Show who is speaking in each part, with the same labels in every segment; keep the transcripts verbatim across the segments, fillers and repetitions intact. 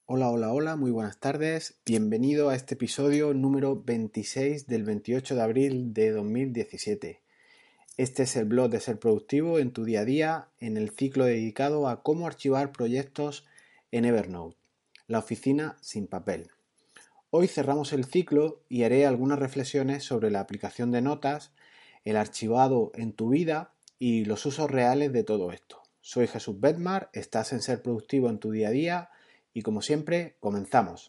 Speaker 1: Hola, hola, hola, muy buenas tardes. Bienvenido a este episodio número veintiséis del veintiocho de abril de dos mil diecisiete. Este es el blog de Ser Productivo en tu día a día, en el ciclo dedicado a cómo archivar proyectos en Evernote, la oficina sin papel. Hoy cerramos el ciclo y haré algunas reflexiones sobre la aplicación de notas, el archivado en tu vida y los usos reales de todo esto. Soy Jesús Bedmar, estás en Ser Productivo en tu día a día y como siempre, comenzamos.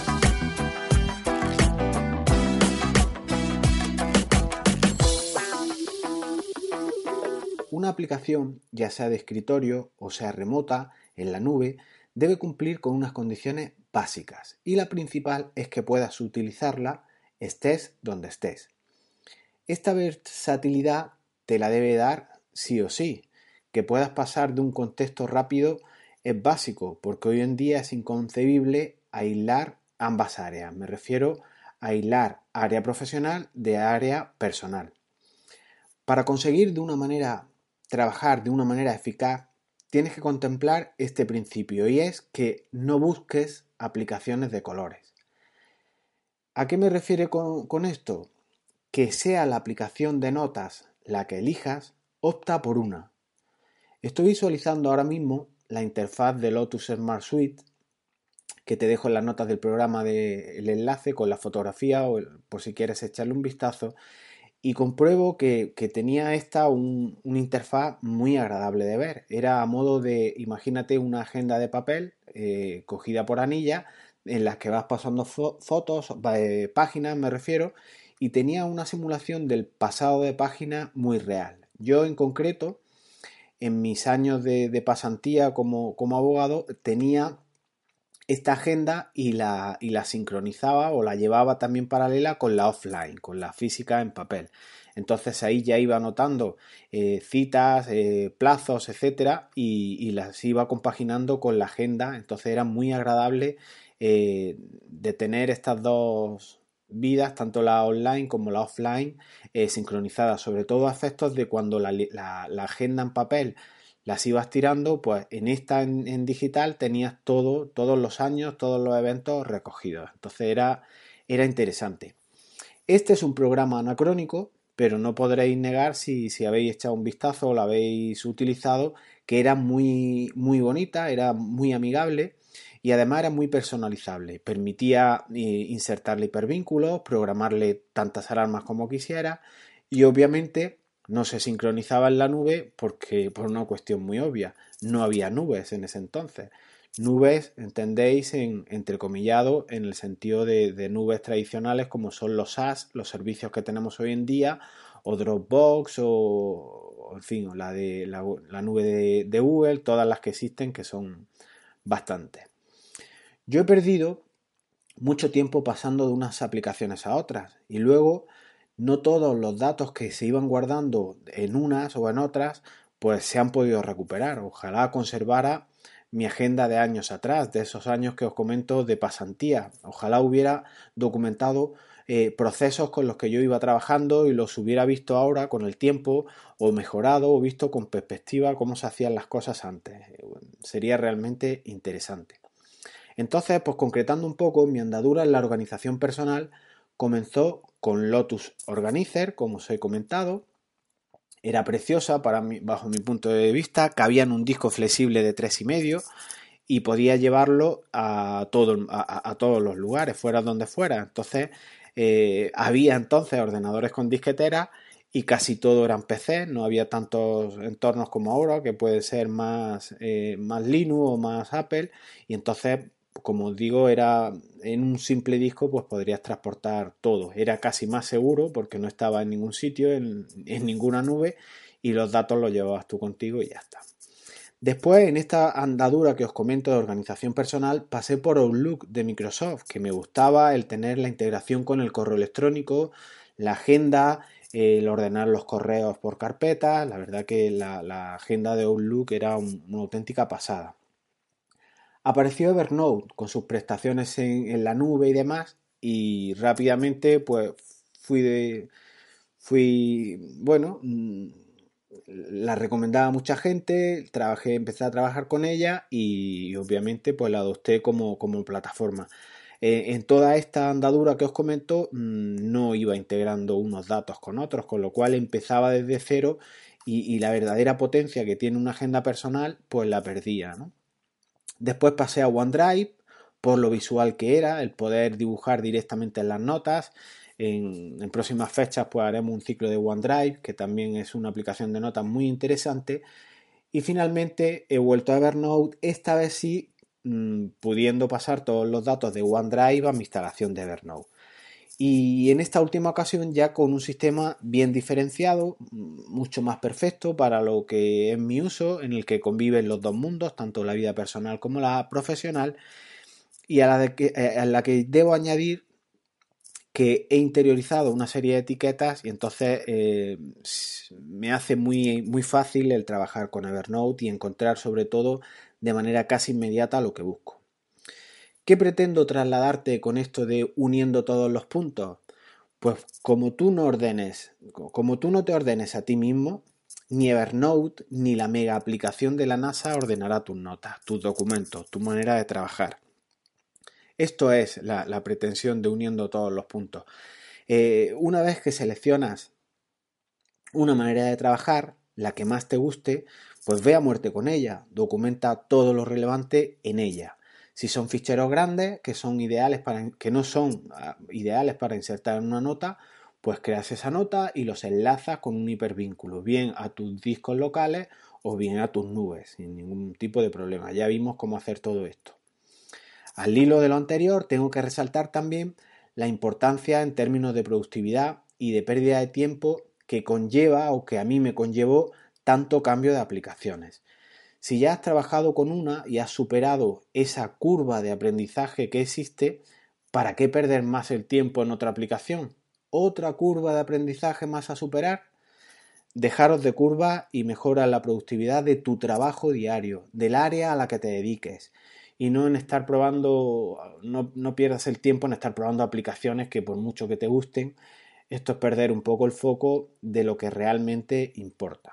Speaker 1: Una aplicación, ya sea de escritorio o sea remota, en la nube, debe cumplir con unas condiciones básicas y la principal es que puedas utilizarla estés donde estés. Esta versatilidad te la debe dar sí o sí. Que puedas pasar de un contexto rápido es básico, porque hoy en día es inconcebible aislar ambas áreas. Me refiero a aislar área profesional de área personal. Para conseguir de una manera, trabajar de una manera eficaz, tienes que contemplar este principio y es que no busques aplicaciones de colores. ¿A qué me refiero con, con esto? Que sea la aplicación de notas la que elijas, opta por una. Estoy visualizando ahora mismo la interfaz de Lotus Smart Suite, que te dejo en las notas del programa de, el enlace con la fotografía o el, por si quieres echarle un vistazo, y compruebo que, que tenía esta un, una interfaz muy agradable de ver. Era a modo de, imagínate una agenda de papel eh, cogida por anilla en las que vas pasando fo fotos, eh, páginas me refiero, y tenía una simulación del pasado de página muy real. Yo en concreto, en mis años de, de pasantía como, como abogado, tenía esta agenda y la, y la sincronizaba o la llevaba también paralela con la offline, con la física en papel. Entonces ahí ya iba anotando eh, citas, eh, plazos, etcétera, y, y, las iba compaginando con la agenda. Entonces era muy agradable eh, de tener estas dos vidas, tanto la online como la offline, eh, sincronizadas, sobre todo a efectos de cuando la, la, la agenda en papel las ibas tirando, pues en esta en, en digital tenías todo, todos los años, todos los eventos recogidos. Entonces era, era interesante. Este es un programa anacrónico, pero no podréis negar si, si habéis echado un vistazo o lo habéis utilizado, que era muy, muy bonita, era muy amigable y además era muy personalizable. Permitía eh, insertarle hipervínculos, programarle tantas alarmas como quisiera y obviamente no se sincronizaba en la nube porque por una cuestión muy obvia, no había nubes en ese entonces. Nubes, entendéis, en entrecomillado, en el sentido de, de nubes tradicionales como son los SaaS, los servicios que tenemos hoy en día, o Dropbox, o, o en fin, la, de, la, la nube de, de Google, todas las que existen, que son bastantes. Yo he perdido mucho tiempo pasando de unas aplicaciones a otras y luego no todos los datos que se iban guardando en unas o en otras pues se han podido recuperar. Ojalá conservara mi agenda de años atrás, de esos años que os comento de pasantía. Ojalá hubiera documentado eh, procesos con los que yo iba trabajando y los hubiera visto ahora con el tiempo o mejorado o visto con perspectiva cómo se hacían las cosas antes. Sería realmente interesante. Entonces, pues concretando un poco, mi andadura en la organización personal comenzó con Lotus Organizer, como os he comentado. Era preciosa para mí, bajo mi punto de vista, cabía en un disco flexible de tres y medio y podía llevarlo a, todo, a, a todos los lugares, fuera donde fuera. Entonces, eh, había entonces ordenadores con disquetera y casi todo eran P C, no había tantos entornos como ahora, que puede ser más, eh, más Linux o más Apple, y entonces, como os digo, era en un simple disco, pues podrías transportar todo. Era casi más seguro porque no estaba en ningún sitio, en, en ninguna nube, y los datos los llevabas tú contigo y ya está. Después, en esta andadura que os comento de organización personal, pasé por Outlook de Microsoft, que me gustaba el tener la integración con el correo electrónico, la agenda, el ordenar los correos por carpetas. La verdad que la, la agenda de Outlook era un, una auténtica pasada. Apareció Evernote con sus prestaciones en, en la nube y demás, y rápidamente pues fui de, fui, bueno, la recomendaba a mucha gente, trabajé, empecé a trabajar con ella y, obviamente pues la adopté como, como plataforma. Eh, en toda esta andadura que os comento mmm, no iba integrando unos datos con otros, con lo cual empezaba desde cero y, y la verdadera potencia que tiene una agenda personal pues la perdía, ¿no? Después pasé a OneDrive por lo visual que era, el poder dibujar directamente en las notas. En, en próximas fechas pues haremos un ciclo de OneDrive, que también es una aplicación de notas muy interesante. Y finalmente he vuelto a Evernote, esta vez sí mmm, pudiendo pasar todos los datos de OneDrive a mi instalación de Evernote. Y en esta última ocasión ya con un sistema bien diferenciado, mucho más perfecto para lo que es mi uso, en el que conviven los dos mundos, tanto la vida personal como la profesional, y a la, de que, a la que debo añadir que he interiorizado una serie de etiquetas y entonces eh, me hace muy, muy fácil el trabajar con Evernote y encontrar sobre todo de manera casi inmediata lo que busco. ¿Qué pretendo trasladarte con esto de uniendo todos los puntos? Pues como tú no ordenes, como tú no te ordenes a ti mismo, ni Evernote ni la mega aplicación de la NASA ordenará tus notas, tus documentos, tu manera de trabajar. Esto es la, la pretensión de uniendo todos los puntos. Eh, una vez que seleccionas una manera de trabajar, la que más te guste, pues ve a muerte con ella, documenta todo lo relevante en ella. Si son ficheros grandes que son ideales para que no son uh, ideales para insertar en una nota, pues creas esa nota y los enlazas con un hipervínculo, bien a tus discos locales o bien a tus nubes, sin ningún tipo de problema. Ya vimos cómo hacer todo esto. Al hilo de lo anterior, tengo que resaltar también la importancia en términos de productividad y de pérdida de tiempo que conlleva o que a mí me conllevó tanto cambio de aplicaciones. Si ya has trabajado con una y has superado esa curva de aprendizaje que existe, ¿para qué perder más el tiempo en otra aplicación? ¿Otra curva de aprendizaje más a superar? Dejaros de curva y mejora la productividad de tu trabajo diario, del área a la que te dediques. Y no en estar probando, no, no pierdas el tiempo en estar probando aplicaciones que por mucho que te gusten, esto es perder un poco el foco de lo que realmente importa.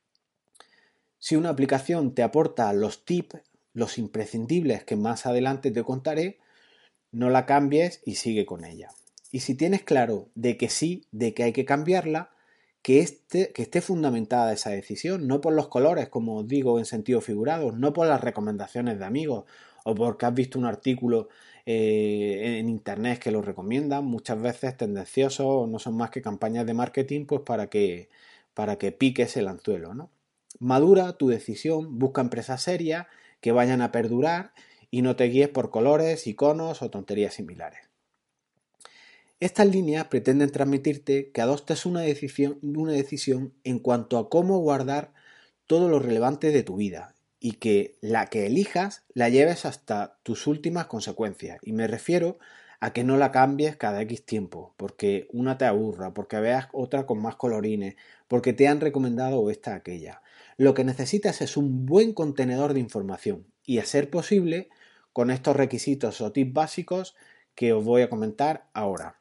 Speaker 1: Si una aplicación te aporta los tips, los imprescindibles que más adelante te contaré, no la cambies y sigue con ella. Y si tienes claro de que sí, de que hay que cambiarla, que, este, que esté fundamentada esa decisión, no por los colores, como os digo en sentido figurado, no por las recomendaciones de amigos o porque has visto un artículo eh, en internet que lo recomiendan, muchas veces tendenciosos, no son más que campañas de marketing pues para que, para que piques el anzuelo, ¿no? Madura tu decisión, busca empresas serias que vayan a perdurar y no te guíes por colores, iconos o tonterías similares. Estas líneas pretenden transmitirte que adoptes una decisión, una decisión en cuanto a cómo guardar todo lo relevante de tu vida y que la que elijas la lleves hasta tus últimas consecuencias. Y me refiero a que no la cambies cada X tiempo, porque una te aburra, porque veas otra con más colorines, porque te han recomendado esta aquella. Lo que necesitas es un buen contenedor de información y, a ser posible, con estos requisitos o tips básicos que os voy a comentar ahora.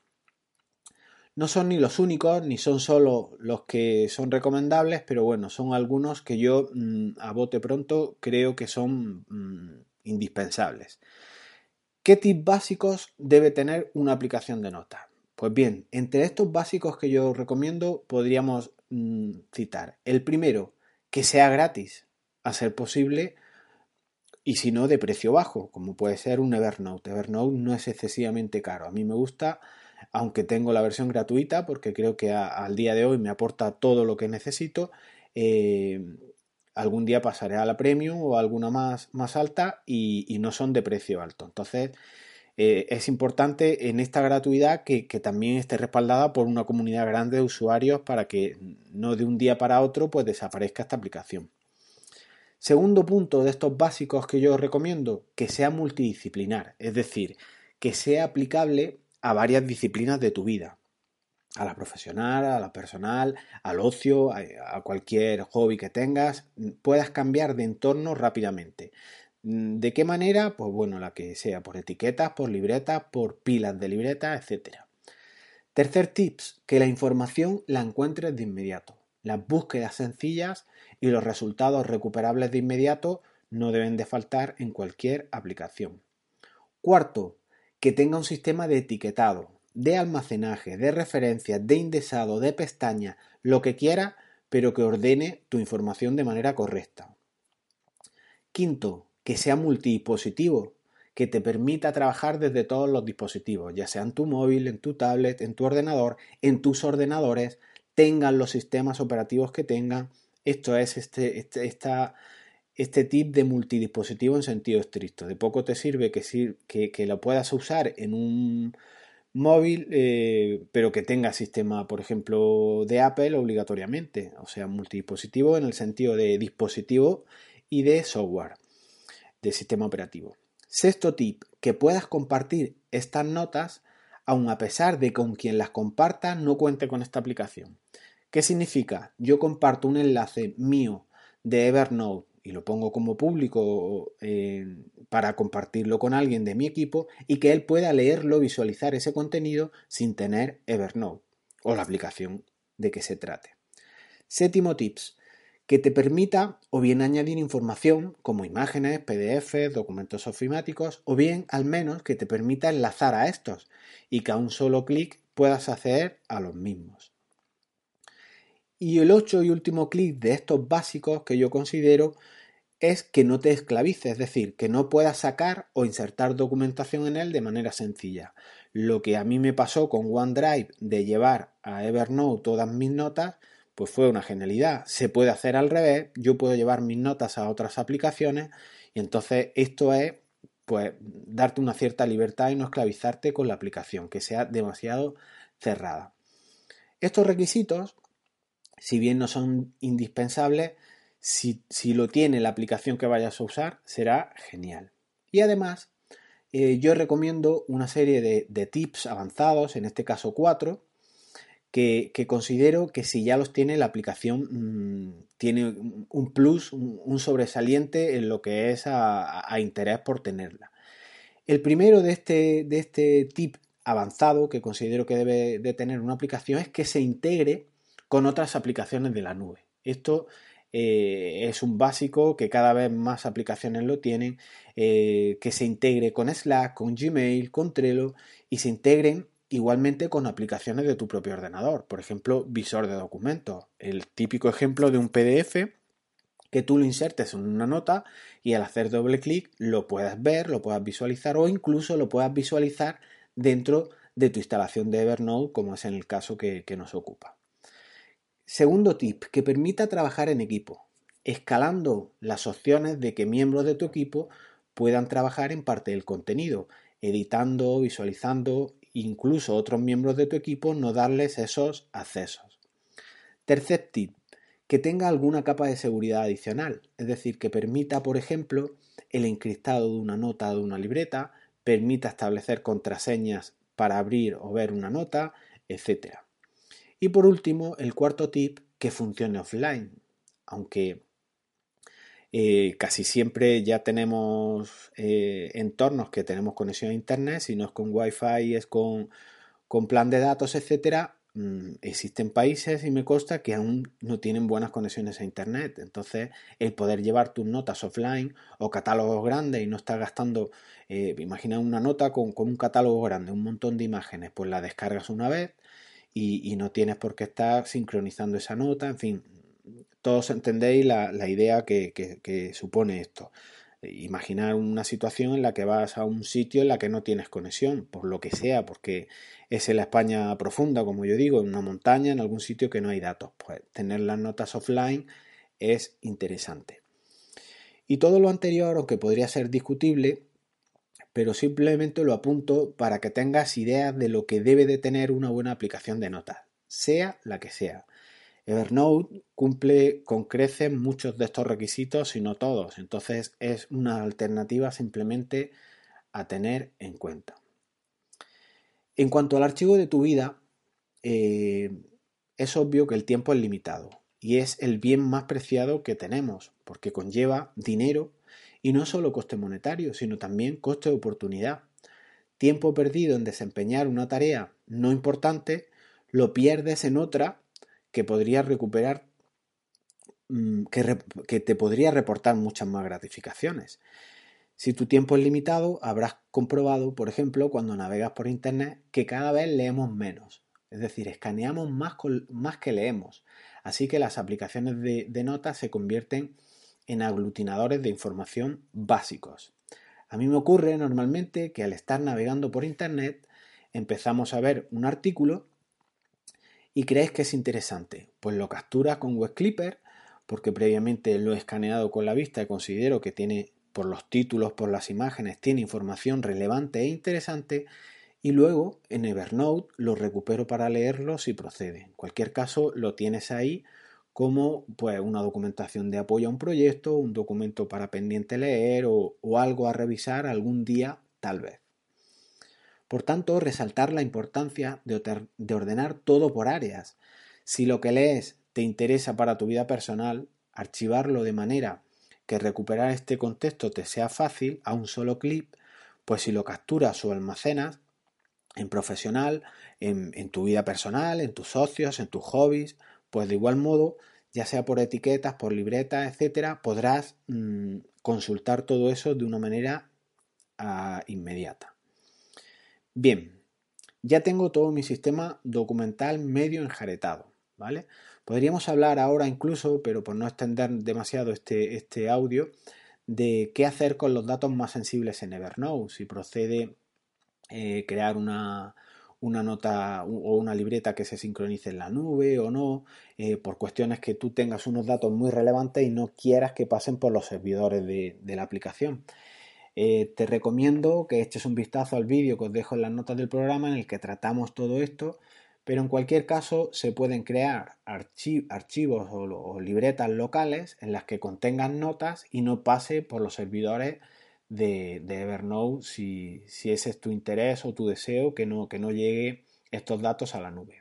Speaker 1: No son ni los únicos, ni son solo los que son recomendables, pero bueno, son algunos que yo mmm, a bote pronto creo que son mmm, indispensables. ¿Qué tips básicos debe tener una aplicación de notas? Pues bien, entre estos básicos que yo recomiendo podríamos mmm, citar el primero, que sea gratis, a ser posible, y si no, de precio bajo, como puede ser un Evernote. Evernote no es excesivamente caro. A mí me gusta, aunque tengo la versión gratuita, porque creo que a, al día de hoy me aporta todo lo que necesito. Eh, algún día pasaré a la Premium o a alguna más, más alta y, y no son de precio alto. Entonces, eh, es importante en esta gratuidad que, que también esté respaldada por una comunidad grande de usuarios para que no de un día para otro pues desaparezca esta aplicación. Segundo punto de estos básicos que yo os recomiendo, que sea multidisciplinar, es decir, que sea aplicable a varias disciplinas de tu vida, a la profesional, a la personal, al ocio, a, a cualquier hobby que tengas, puedas cambiar de entorno rápidamente. ¿De qué manera? Pues bueno, la que sea, por etiquetas, por libretas, por pilas de libretas, etcétera. Tercer tips, que la información la encuentres de inmediato. las búsquedas sencillas y los resultados recuperables de inmediato no deben de faltar en cualquier aplicación. Cuarto, que tenga un sistema de etiquetado, de almacenaje, de referencias, de indexado, de pestañas, lo que quiera, pero que ordene tu información de manera correcta. Quinto, que sea multidispositivo, que te permita trabajar desde todos los dispositivos, ya sea en tu móvil, en tu tablet, en tu ordenador, en tus ordenadores, tengan los sistemas operativos que tengan. Esto es este, este, esta, este tip de multidispositivo en sentido estricto. De poco te sirve que, que, que lo puedas usar en un móvil, eh, pero que tenga sistema, por ejemplo, de Apple obligatoriamente. O sea, multidispositivo en el sentido de dispositivo y de software, de sistema operativo. Sexto tip, que puedas compartir estas notas aun a pesar de que con quien las compartas no cuente con esta aplicación. ¿Qué significa? Yo comparto un enlace mío de Evernote y lo pongo como público eh, para compartirlo con alguien de mi equipo y que él pueda leerlo, visualizar ese contenido sin tener Evernote o la aplicación de que se trate. Séptimo tips, que te permita o bien añadir información como imágenes, P D F, documentos ofimáticos, o bien al menos que te permita enlazar a estos y que a un solo clic puedas acceder a los mismos. Y el ocho y último clic de estos básicos que yo considero es que no te esclavices, es decir, que no puedas sacar o insertar documentación en él de manera sencilla. Lo que a mí me pasó con OneDrive de llevar a Evernote todas mis notas, pues fue una genialidad. Se puede hacer al revés, yo puedo llevar mis notas a otras aplicaciones y entonces esto es pues darte una cierta libertad y no esclavizarte con la aplicación, que sea demasiado cerrada. Estos requisitos, si bien no son indispensables, si, si lo tiene la aplicación que vayas a usar, será genial. Y además, eh, yo recomiendo una serie de, de tips avanzados, en este caso cuatro, que, que considero que si ya los tiene la aplicación mmm, tiene un plus, un, un sobresaliente en lo que es a, a interés por tenerla. El primero de este, de este tip avanzado que considero que debe de tener una aplicación es que se integre con otras aplicaciones de la nube. Esto eh, es un básico que cada vez más aplicaciones lo tienen, eh, que se integre con Slack, con Gmail, con Trello y se integren igualmente con aplicaciones de tu propio ordenador. Por ejemplo, visor de documentos, el típico ejemplo de un P D F que tú lo insertes en una nota y al hacer doble clic lo puedas ver, lo puedas visualizar o incluso lo puedas visualizar dentro de tu instalación de Evernote, como es en el caso que, que nos ocupa. Segundo tip, que permita trabajar en equipo, escalando las opciones de que miembros de tu equipo puedan trabajar en parte del contenido, editando, visualizando, incluso otros miembros de tu equipo no darles esos accesos. Tercer tip, que tenga alguna capa de seguridad adicional, es decir, que permita, por ejemplo, el encriptado de una nota o de una libreta, permita establecer contraseñas para abrir o ver una nota, etcétera. Y por último, el cuarto tip, que funcione offline, aunque eh, casi siempre ya tenemos eh, entornos que tenemos conexión a internet, si no es con Wi-Fi, es con, con plan de datos, etcétera. Existen países, y me consta, que aún no tienen buenas conexiones a internet. Entonces, el poder llevar tus notas offline o catálogos grandes y no estar gastando, eh, imagina una nota con, con un catálogo grande, un montón de imágenes, pues la descargas una vez y, y no tienes por qué estar sincronizando esa nota. En fin, todos entendéis la, la idea que, que, que supone esto. Imaginar una situación en la que vas a un sitio en la que no tienes conexión, por lo que sea, porque es en la España profunda, como yo digo, en una montaña, en algún sitio que no hay datos. Pues tener las notas offline es interesante. Y todo lo anterior, aunque podría ser discutible, pero simplemente lo apunto para que tengas ideas de lo que debe de tener una buena aplicación de notas, sea la que sea. Evernote cumple con creces muchos de estos requisitos, si no todos, entonces es una alternativa simplemente a tener en cuenta. En cuanto al archivo de tu vida, eh, es obvio que el tiempo es limitado y es el bien más preciado que tenemos, porque conlleva dinero y no solo coste monetario, sino también coste de oportunidad. Tiempo perdido en desempeñar una tarea no importante, lo pierdes en otra que podrías recuperar que, que te podría reportar muchas más gratificaciones. Si tu tiempo es limitado, habrás comprobado, por ejemplo, cuando navegas por Internet, que cada vez leemos menos. Es decir, escaneamos más, con, más que leemos. Así que las aplicaciones de, de notas se convierten en aglutinadores de información básicos. A mí me ocurre normalmente que al estar navegando por Internet empezamos a ver un artículo y crees que es interesante. Pues lo capturas con Web Clipper porque previamente lo he escaneado con la vista y considero que tiene, por los títulos, por las imágenes, tiene información relevante e interesante, y luego en Evernote lo recupero para leerlo si procede. En cualquier caso, lo tienes ahí como pues, una documentación de apoyo a un proyecto, un documento para pendiente leer o, o algo a revisar algún día tal vez. Por tanto, resaltar la importancia de, de ordenar todo por áreas. Si lo que lees te interesa para tu vida personal, archivarlo de manera que recuperar este contexto te sea fácil a un solo clic, pues si lo capturas o almacenas en profesional, en, en tu vida personal, en tus socios, en tus hobbies, pues de igual modo, ya sea por etiquetas, por libretas, etcétera, podrás mmm, consultar todo eso de una manera uh, inmediata. Bien, ya tengo todo mi sistema documental medio enjaretado, ¿vale? Podríamos hablar ahora incluso, pero por no extender demasiado este, este audio, de qué hacer con los datos más sensibles en Evernote, si procede eh, crear una, una nota o una libreta que se sincronice en la nube o no, eh, por cuestiones que tú tengas unos datos muy relevantes y no quieras que pasen por los servidores de, de la aplicación. Eh, te recomiendo que eches un vistazo al vídeo que os dejo en las notas del programa en el que tratamos todo esto, pero en cualquier caso se pueden crear archi archivos o, o libretas locales en las que contengan notas y no pase por los servidores de, de Evernote si, si ese es tu interés o tu deseo, que no, que no llegue estos datos a la nube.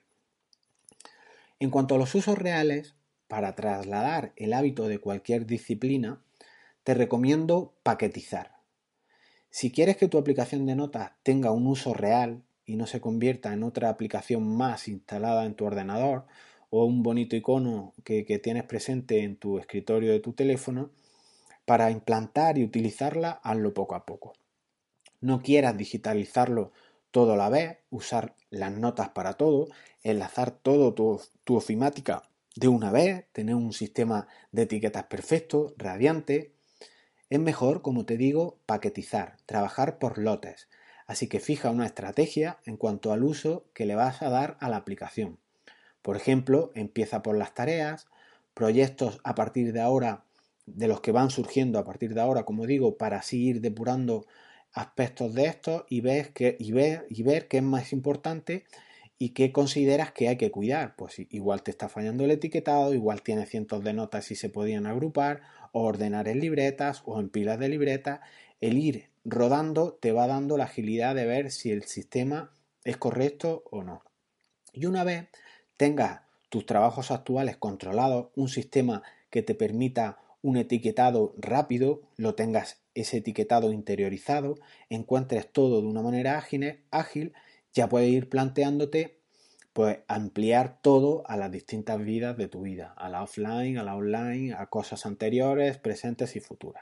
Speaker 1: En cuanto a los usos reales, para trasladar el hábito de cualquier disciplina, te recomiendo paquetizar. Si quieres que tu aplicación de notas tenga un uso real y no se convierta en otra aplicación más instalada en tu ordenador o un bonito icono que, que tienes presente en tu escritorio de tu teléfono, para implantar y utilizarla, hazlo poco a poco. No quieras digitalizarlo todo a la vez, usar las notas para todo, enlazar todo tu, tu ofimática de una vez, tener un sistema de etiquetas perfecto, radiante. Es mejor, como te digo, paquetizar, trabajar por lotes. Así que fija una estrategia en cuanto al uso que le vas a dar a la aplicación. Por ejemplo, empieza por las tareas, proyectos a partir de ahora, de los que van surgiendo a partir de ahora, como digo, para así ir depurando aspectos de estos y ver, que, y ver, y ver qué es más importante y qué consideras que hay que cuidar. Pues igual te está fallando el etiquetado, igual tienes cientos de notas y se podían agrupar, o ordenar en libretas o en pilas de libretas. El ir rodando te va dando la agilidad de ver si el sistema es correcto o no. Y una vez tengas tus trabajos actuales controlados, un sistema que te permita un etiquetado rápido, lo tengas ese etiquetado interiorizado, encuentres todo de una manera ágil, ágil ya puedes ir planteándote pues ampliar todo a las distintas vidas de tu vida, a la offline, a la online, a cosas anteriores, presentes y futuras.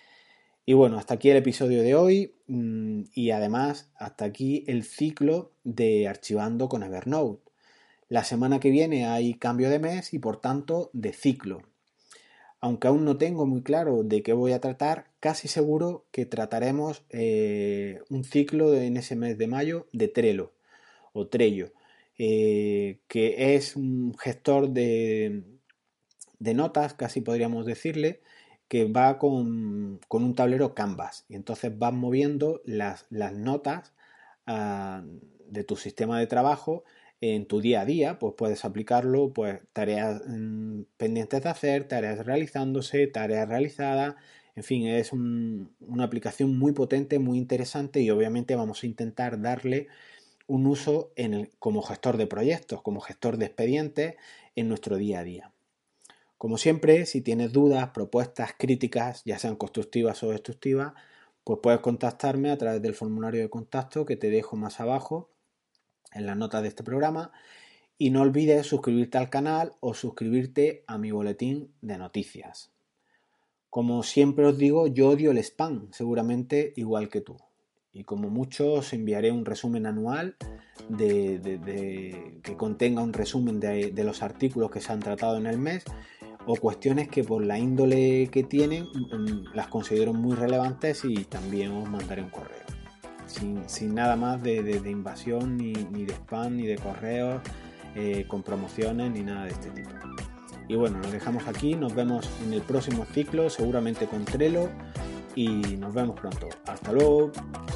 Speaker 1: Y bueno, hasta aquí el episodio de hoy y además hasta aquí el ciclo de Archivando con Evernote. La semana que viene hay cambio de mes y por tanto de ciclo. Aunque aún no tengo muy claro de qué voy a tratar, casi seguro que trataremos eh, un ciclo en ese mes de mayo de Trello o Trello, eh, que es un gestor de, de notas, casi podríamos decirle, que va con, con un tablero Canvas y entonces vas moviendo las, las notas uh, de tu sistema de trabajo en tu día a día, pues puedes aplicarlo, pues tareas mmm, pendientes de hacer, tareas realizándose, tareas realizadas, en fin, es un, una aplicación muy potente, muy interesante y obviamente vamos a intentar darle un uso en el, como gestor de proyectos, como gestor de expedientes en nuestro día a día. Como siempre, si tienes dudas, propuestas, críticas, ya sean constructivas o destructivas, pues puedes contactarme a través del formulario de contacto que te dejo más abajo en las notas de este programa Y no olvides suscribirte al canal o suscribirte a mi boletín de noticias. Como siempre os digo, yo odio el spam, seguramente igual que tú. Y como mucho os enviaré un resumen anual de, de, de, que contenga un resumen de, de los artículos que se han tratado en el mes o cuestiones que por la índole que tienen las considero muy relevantes y también os mandaré un correo. Sin, sin nada más de, de, de invasión, ni, ni de spam, ni de correos eh, con promociones, ni nada de este tipo. Y bueno, nos dejamos aquí, nos vemos en el próximo ciclo, seguramente con Trello, y nos vemos pronto. Hasta luego.